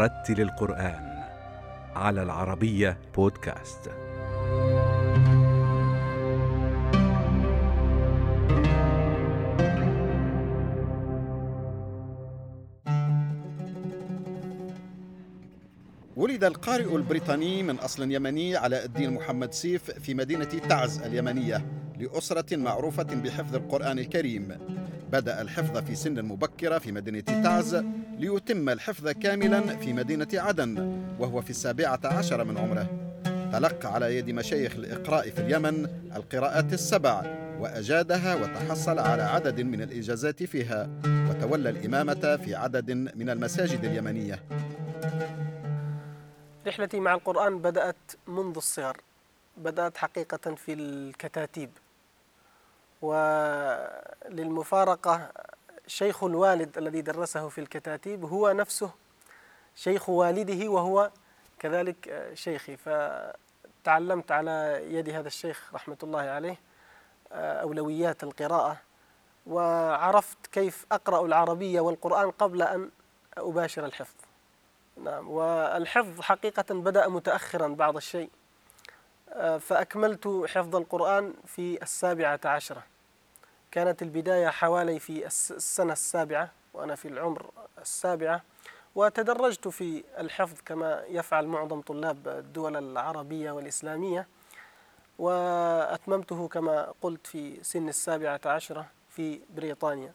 رتل القرآن على العربية بودكاست. ولد القارئ البريطاني من أصل يمني علاء الدين محمد سيف في مدينة تعز اليمنية لأسرة معروفة بحفظ القرآن الكريم. بدأ الحفظ في سن مبكرة في مدينة تعز ليتم الحفظ كاملا في مدينة عدن وهو في 17 من عمره. تلقى على يد مشايخ الإقراء في اليمن القراءات السبع وأجادها وتحصل على عدد من الإجازات فيها، وتولى الإمامة في عدد من المساجد اليمنية. رحلتي مع القرآن بدأت منذ الصغر، بدأت حقيقة في الكتاتيب، وللمفارقة شيخ الوالد الذي درسه في الكتاتيب هو نفسه شيخ والده وهو كذلك شيخي، فتعلمت على يد هذا الشيخ رحمة الله عليه أولويات القراءة، وعرفت كيف أقرأ العربية والقرآن قبل أن أباشر الحفظ. نعم، والحفظ حقيقة بدأ متأخرا بعض الشيء، فأكملت حفظ القرآن في 17. كانت البداية حوالي في السنة 7 وأنا في العمر 7، وتدرجت في الحفظ كما يفعل معظم طلاب الدول العربية والإسلامية، وأتممته كما قلت في سن 17 في بريطانيا.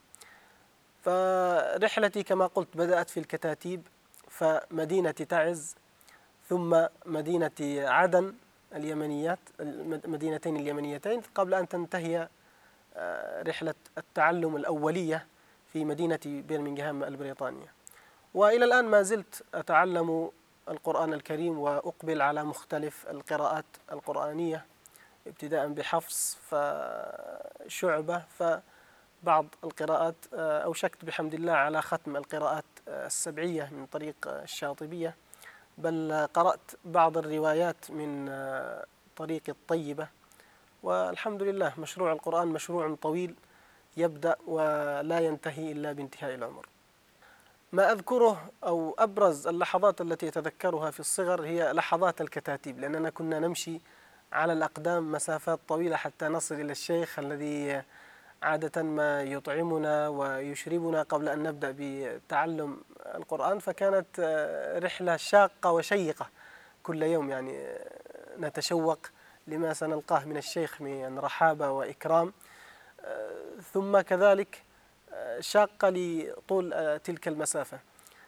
فرحلتي كما قلت بدأت في الكتاتيب، فمدينة تعز ثم مدينة عدن اليمنيات، المدينتين اليمنيتين، قبل أن تنتهي رحلة التعلم الأولية في مدينة برمنغهام البريطانية. وإلى الآن ما زلت أتعلم القرآن الكريم وأقبل على مختلف القراءات القرآنية، ابتداء بحفص فشعبة، فبعض القراءات أوشكت بحمد الله على ختم القراءات السبعية من طريق الشاطبية، بل قرأت بعض الروايات من طريق الطيبة. والحمد لله مشروع القرآن مشروع طويل يبدأ ولا ينتهي إلا بانتهاء العمر. ما أذكره أو أبرز اللحظات التي أتذكرها في الصغر هي لحظات الكتاتيب، لأننا كنا نمشي على الأقدام مسافات طويلة حتى نصل إلى الشيخ الذي عادة ما يطعمنا ويشربنا قبل أن نبدأ بتعلم القرآن، فكانت رحلة شاقة وشيقة كل يوم، يعني نتشوق لما سنلقاه من الشيخ من رحابة وإكرام، ثم كذلك شاقة لطول تلك المسافة.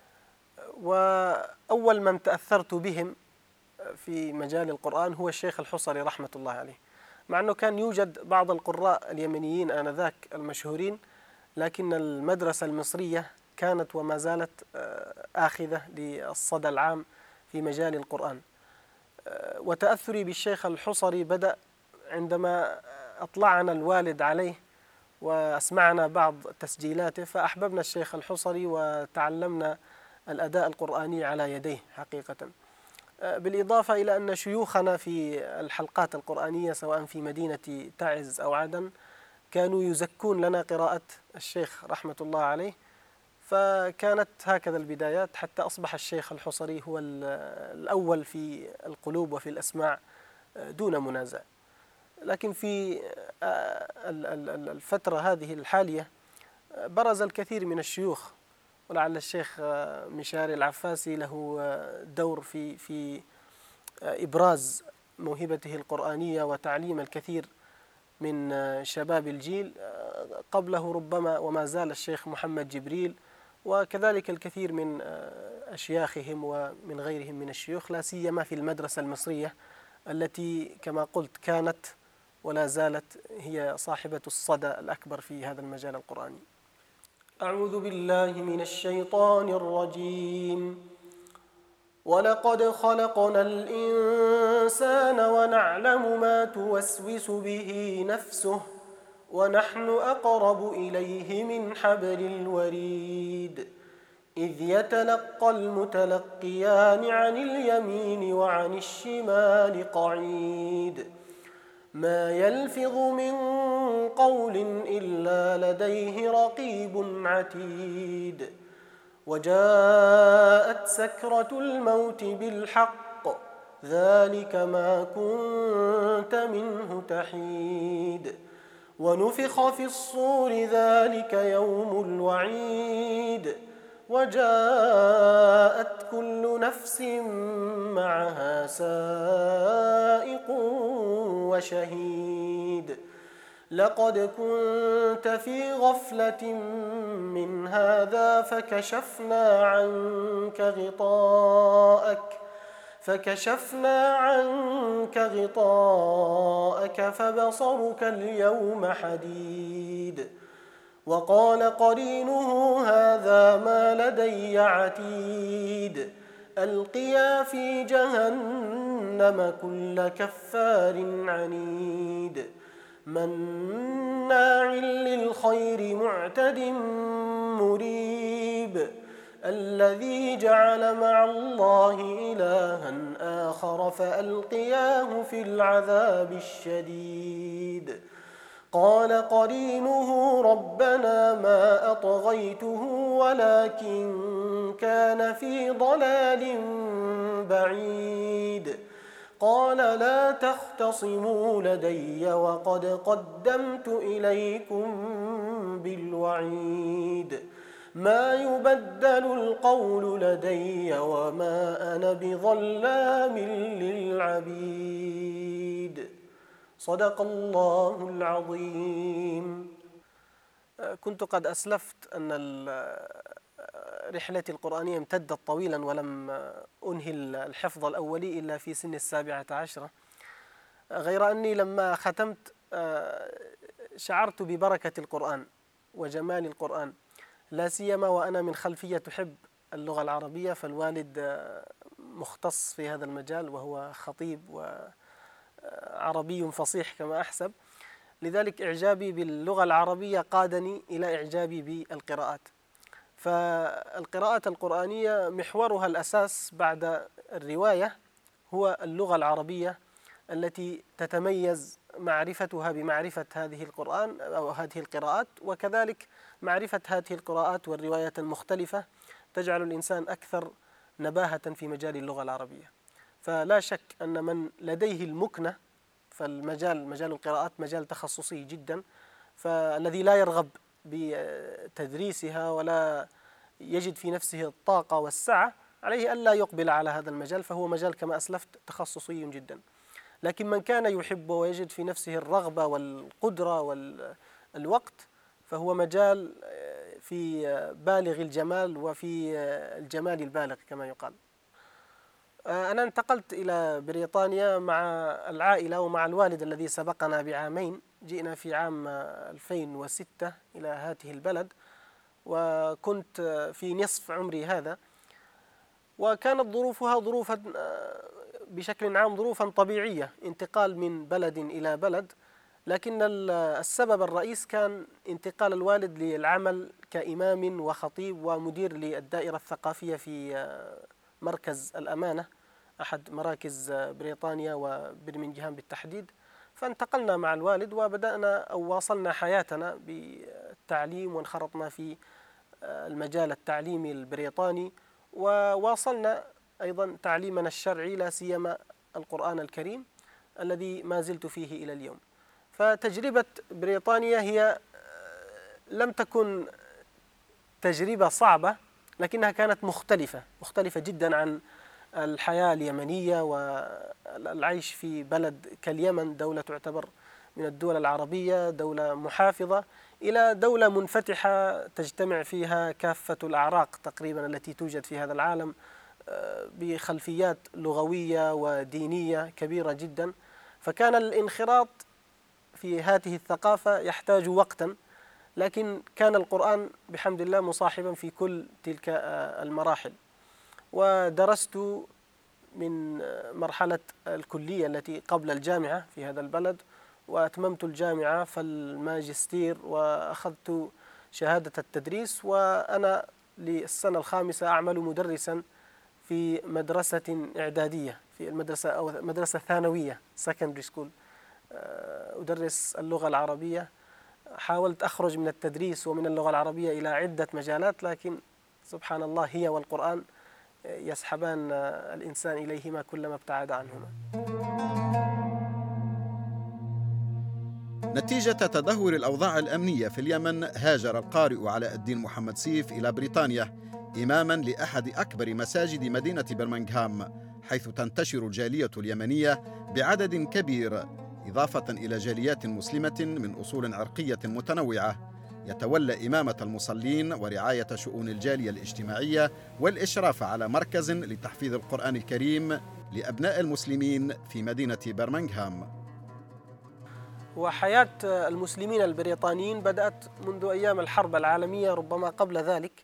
وأول من تأثرت بهم في مجال القرآن هو الشيخ الحصري رحمة الله عليه، مع أنه كان يوجد بعض القراء اليمنيين آنذاك المشهورين، لكن المدرسة المصرية كانت وما زالت آخذة للصدى العام في مجال القرآن. وتأثري بالشيخ الحصري بدأ عندما أطلعنا الوالد عليه وأسمعنا بعض تسجيلاته، فأحببنا الشيخ الحصري وتعلمنا الأداء القرآني على يديه حقيقة، بالإضافة إلى أن شيوخنا في الحلقات القرآنية سواء في مدينة تعز أو عدن كانوا يزكون لنا قراءة الشيخ رحمة الله عليه، فكانت هكذا البدايات حتى أصبح الشيخ الحصري هو الأول في القلوب وفي الأسماع دون منازع. لكن في الفترة هذه الحالية برز الكثير من الشيوخ، ولعل الشيخ مشاري العفاسي له دور في إبراز موهبته القرآنية وتعليم الكثير من شباب الجيل، قبله ربما وما زال الشيخ محمد جبريل، وكذلك الكثير من أشياخهم ومن غيرهم من الشيوخ، لا سيما في المدرسة المصرية التي كما قلت كانت ولا زالت هي صاحبة الصدى الأكبر في هذا المجال القرآني. أعوذ بالله من الشيطان الرجيم. ولقد خلقنا الإنسان ونعلم ما توسوس به نفسه ونحن أقرب إليه من حبل الوريد إذ يتلقى المتلقيان عن اليمين وعن الشمال قعيد ما يلفظ من قول إلا لديه رقيب عتيد وجاءت سكرة الموت بالحق ذلك ما كنت منه تحيد ونفخ في الصور ذلك يوم الوعيد وجاءت كل نفس معها سائق وشهيد لقد كنت في غفلة من هذا فكشفنا عنك غطاءك فبصرك اليوم حديد وقال قرينه هذا ما لدي عتيد ألقيا في جهنم كل كفار عنيد مناع للخير معتد مريب الذي جعل مع الله إلها آخر فألقياه في العذاب الشديد قال قرينه ربنا ما أطغيته ولكن كان في ضلال بعيد قال لا تختصموا لدي وقد قدمت إليكم بالوعيد ما يبدل القول لدي وما أنا بظلام للعبيد صدق الله العظيم. كنت قد أسلفت أن رحلتي القرآنية امتدت طويلا ولم أنهي الحفظ الأولي إلا في سن 17، غير أني لما ختمت شعرت ببركة القرآن وجمال القرآن، لا سيما وأنا من خلفية تحب اللغة العربية، فالوالد مختص في هذا المجال وهو خطيب وعربي فصيح كما أحسب، لذلك إعجابي باللغة العربية قادني إلى إعجابي بالقراءات. فالقراءة القرآنية محورها الأساس بعد الرواية هو اللغة العربية التي تتميز معرفتها بمعرفة هذه القرآن أو هذه القراءات، وكذلك معرفة هذه القراءات والروايات المختلفة تجعل الإنسان أكثر نباهة في مجال اللغة العربية. فلا شك أن من لديه المكنة، مجال القراءات مجال تخصصي جدا، فالذي لا يرغب بتدريسها ولا يجد في نفسه الطاقة والسعة عليه ألا يقبل على هذا المجال، فهو مجال كما أسلفت تخصصي جدا. لكن من كان يحب ويجد في نفسه الرغبة والقدرة والوقت فهو مجال في بالغ الجمال وفي الجمال البالغ كما يقال. أنا انتقلت إلى بريطانيا مع العائلة ومع الوالد الذي سبقنا بعامين. جئنا في عام 2006 إلى هذه البلد، وكنت في نصف عمري هذا، وكانت ظروفها ظروفا بشكل عام ظروفا طبيعية، انتقال من بلد إلى بلد، لكن السبب الرئيس كان انتقال الوالد للعمل كإمام وخطيب ومدير للدائرة الثقافية في مركز الأمانة، أحد مراكز بريطانيا وبرمنجهام بالتحديد. فانتقلنا مع الوالد وبدأنا أو واصلنا حياتنا بالتعليم، وانخرطنا في المجال التعليمي البريطاني، وواصلنا أيضا تعليمنا الشرعي، لا سيما القرآن الكريم الذي ما زلت فيه إلى اليوم. فتجربة بريطانيا هي لم تكن تجربة صعبة، لكنها كانت مختلفة جدا عن الحياة اليمنية والعيش في بلد كاليمن، دولة تعتبر من الدول العربية، دولة محافظة، إلى دولة منفتحة تجتمع فيها كافة الأعراق تقريبا التي توجد في هذا العالم، بخلفيات لغوية ودينية كبيرة جدا. فكان الانخراط في هذه الثقافة يحتاج وقتا، لكن كان القرآن بحمد الله مصاحبا في كل تلك المراحل. ودرست من مرحلة الكلية التي قبل الجامعة في هذا البلد، وأتممت الجامعة فالماجستير وأخذت شهادة التدريس، وأنا للسنة الخامسة أعمل مدرسا في مدرسة إعدادية، في المدرسة أو مدرسة ثانوية secondary school، أدرس اللغة العربية. حاولت أخرج من التدريس ومن اللغة العربية إلى عدة مجالات، لكن سبحان الله، هي والقرآن يسحبان الإنسان إليهما كلما ابتعد عنهما. نتيجة تدهور الأوضاع الأمنية في اليمن، هاجر القارئ علاء الدين محمد سيف إلى بريطانيا إماماً لأحد أكبر مساجد مدينة برمنغهام، حيث تنتشر الجالية اليمنية بعدد كبير، إضافة إلى جاليات مسلمة من أصول عرقية متنوعة، يتولى إمامة المصلين ورعاية شؤون الجالية الاجتماعية والإشراف على مركز لتحفيظ القرآن الكريم لأبناء المسلمين في مدينة برمنغهام. وحياة المسلمين البريطانيين بدأت منذ أيام الحرب العالمية، ربما قبل ذلك،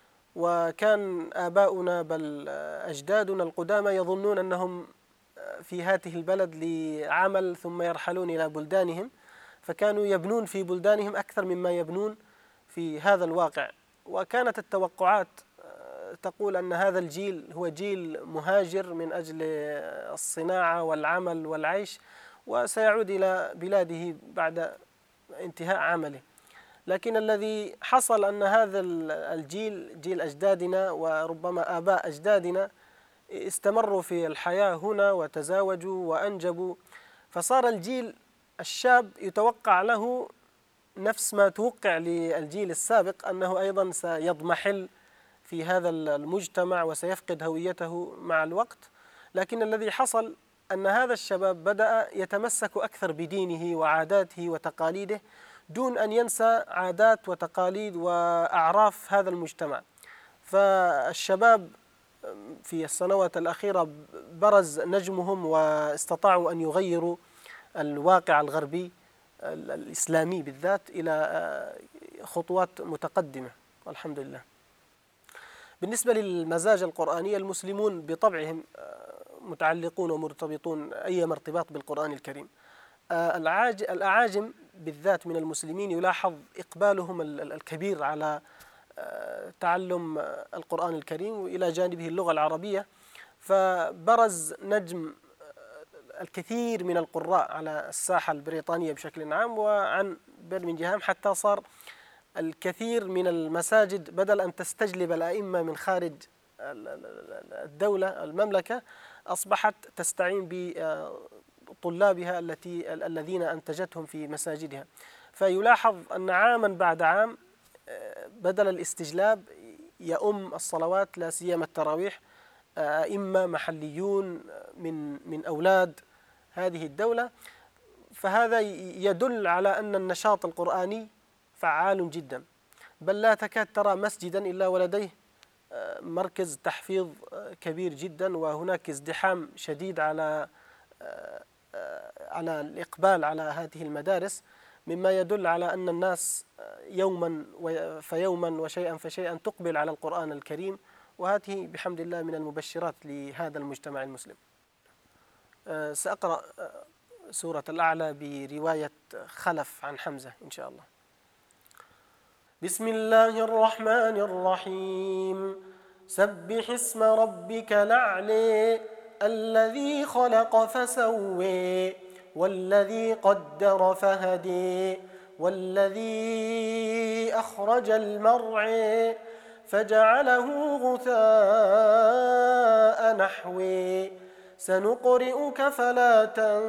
وكان آباؤنا بل أجدادنا القدامى يظنون أنهم في هذه البلد لعمل ثم يرحلون إلى بلدانهم، فكانوا يبنون في بلدانهم أكثر مما يبنون في هذا الواقع. وكانت التوقعات تقول أن هذا الجيل هو جيل مهاجر من أجل الصناعة والعمل والعيش، وسيعود إلى بلاده بعد انتهاء عمله. لكن الذي حصل أن هذا الجيل، جيل أجدادنا وربما آباء أجدادنا، استمروا في الحياة هنا وتزاوجوا وأنجبوا، فصار الجيل الشاب يتوقع له نفس ما توقع للجيل السابق، أنه أيضا سيضمحل في هذا المجتمع وسيفقد هويته مع الوقت. لكن الذي حصل أن هذا الشباب بدأ يتمسك أكثر بدينه وعاداته وتقاليده دون أن ينسى عادات وتقاليد وأعراف هذا المجتمع. فالشباب في السنوات الأخيرة برز نجمهم واستطاعوا أن يغيروا الواقع الغربي الإسلامي بالذات إلى خطوات متقدمة والحمد لله. بالنسبة للمزاج القرآني، المسلمون بطبعهم متعلقون ومرتبطون أي ارتباط بالقرآن الكريم. الأعاجم بالذات من المسلمين يلاحظ إقبالهم الكبير على تعلم القرآن الكريم وإلى جانبه اللغة العربية، فبرز نجم الكثير من القراء على الساحة البريطانية بشكل عام وعن برمنغهام، حتى صار الكثير من المساجد بدل أن تستجلب الأئمة من خارج الدولة المملكة أصبحت تستعين بطلابها الذين أنتجتهم في مساجدها. فيلاحظ أن عاما بعد عام بدل الاستجلاب يؤم الصلوات لا سيما التراويح أئمة محليون من أولاد هذه الدولة، فهذا يدل على أن النشاط القرآني فعال جدا، بل لا تكاد ترى مسجدا إلا ولديه مركز تحفيظ كبير جدا، وهناك ازدحام شديد على الإقبال على هذه المدارس، مما يدل على أن الناس يوما فيوما وشيئا فشيئا تقبل على القرآن الكريم، وهذه بحمد الله من المبشرات لهذا المجتمع المسلم. سأقرأ سورة الأعلى برواية خلف عن حمزة إن شاء الله. بسم الله الرحمن الرحيم. سبح اسم ربك الأعلى الذي خلق فسوى والذي قدر فهدي والذي أخرج المرعى فجعله غثاء نحوه سنقرئك فلا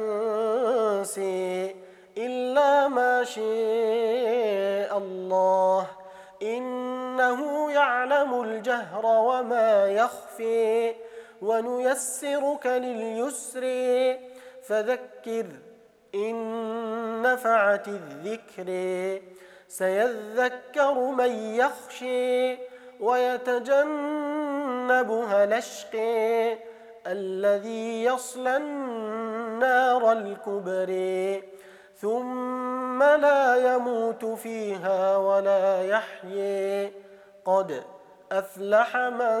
تنسي إلا ما شاء الله إنه يعلم الجهر وما يخفي ونيسرك لليسر فذكر إن نفعت الذكر سيذكر من يخشي ويتجنبها الأشقى الذي يصلى النار الكبرى ثم لا يموت فيها ولا يحيى قد أفلح من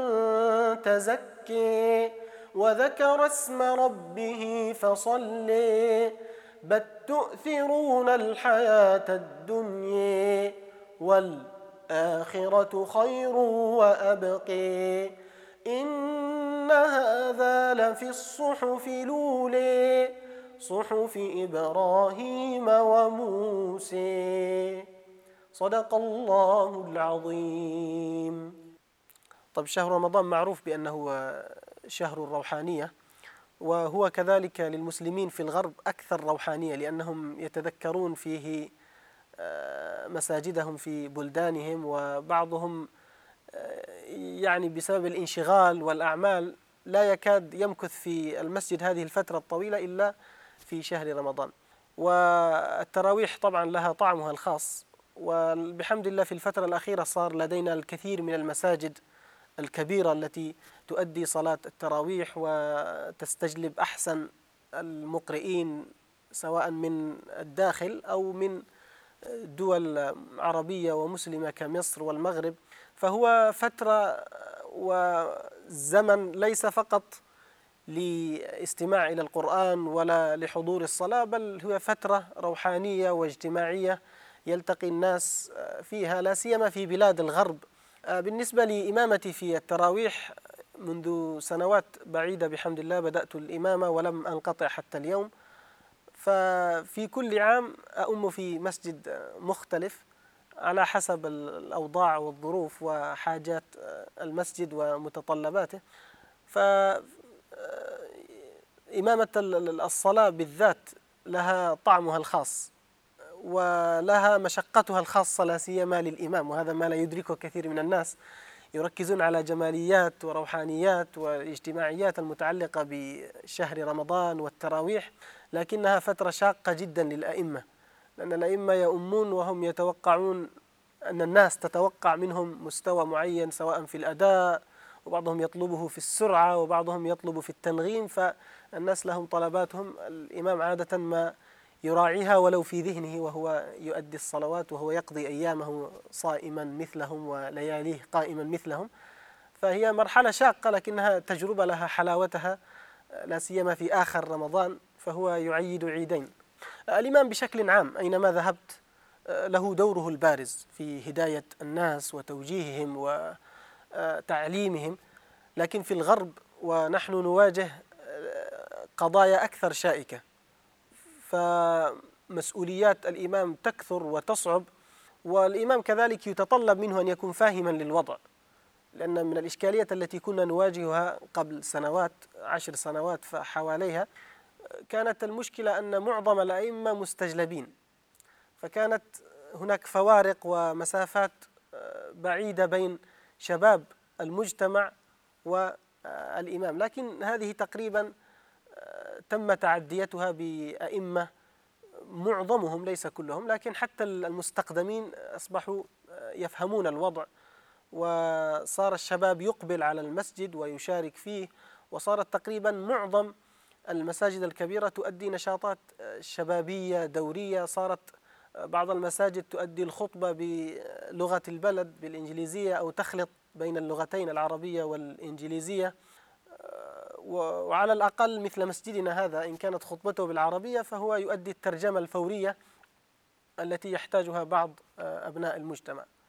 تزكى وذكر اسم ربه فصلى بل تؤثرون الحياة الدنيا والآخرة خير وأبقى إن هذا لفي الصحف الأولى صحف إبراهيم وموسى صدق الله العظيم. طب شهر رمضان معروف بأنه شهر الروحانية، وهو كذلك للمسلمين في الغرب أكثر روحانية، لأنهم يتذكرون فيه مساجدهم في بلدانهم، وبعضهم يعني بسبب الانشغال والأعمال لا يكاد يمكث في المسجد هذه الفترة الطويلة إلا في شهر رمضان. والتراويح طبعا لها طعمها الخاص، وبحمد الله في الفترة الأخيرة صار لدينا الكثير من المساجد الكبيرة التي تؤدي صلاة التراويح وتستجلب أحسن المقرئين سواء من الداخل أو من دول عربية ومسلمة كمصر والمغرب. فهو فترة وزمن ليس فقط لاستماع إلى القرآن ولا لحضور الصلاة، بل هو فترة روحانية واجتماعية يلتقي الناس فيها، لا سيما في بلاد الغرب. بالنسبة لإمامتي في التراويح منذ سنوات بعيدة بحمد الله بدأت الإمامة ولم أنقطع حتى اليوم، ففي كل عام أؤم في مسجد مختلف على حسب الأوضاع والظروف وحاجات المسجد ومتطلباته. فإمامة الصلاة بالذات لها طعمها الخاص ولها مشقتها الخاصة، لا سيما للإمام، وهذا ما لا يدركه كثير من الناس. يركزون على جماليات وروحانيات واجتماعيات المتعلقة بشهر رمضان والتراويح، لكنها فترة شاقة جدا للأئمة، لأن الأئمة يؤمون وهم يتوقعون أن الناس تتوقع منهم مستوى معين سواء في الأداء، وبعضهم يطلبه في السرعة وبعضهم يطلب في التنغيم، فالناس لهم طلباتهم. الإمام عادة ما يراعيها ولو في ذهنه وهو يؤدي الصلوات، وهو يقضي أيامه صائما مثلهم ولياليه قائما مثلهم. فهي مرحلة شاقة لكنها تجربة لها حلاوتها، لا سيما في آخر رمضان، فهو يعيد عيدين. الإمام بشكل عام أينما ذهبت له دوره البارز في هداية الناس وتوجيههم وتعليمهم، لكن في الغرب ونحن نواجه قضايا أكثر شائكة، فمسؤوليات الإمام تكثر وتصعب، والإمام كذلك يتطلب منه أن يكون فاهما للوضع، لأن من الإشكاليات التي كنا نواجهها قبل سنوات 10 سنوات فحواليها كانت المشكلة أن معظم الأئمة مستجلبين، فكانت هناك فوارق ومسافات بعيدة بين شباب المجتمع والإمام، لكن هذه تقريبا تم تعديتها بأئمة معظمهم ليس كلهم، لكن حتى المستقدمين أصبحوا يفهمون الوضع، وصار الشباب يقبل على المسجد ويشارك فيه، وصارت تقريبا معظم المساجد الكبيرة تؤدي نشاطات شبابية دورية، صارت بعض المساجد تؤدي الخطبة بلغة البلد بالإنجليزية أو تخلط بين اللغتين العربية والإنجليزية، وعلى الأقل مثل مسجدنا هذا إن كانت خطبته بالعربية فهو يؤدي الترجمة الفورية التي يحتاجها بعض أبناء المجتمع.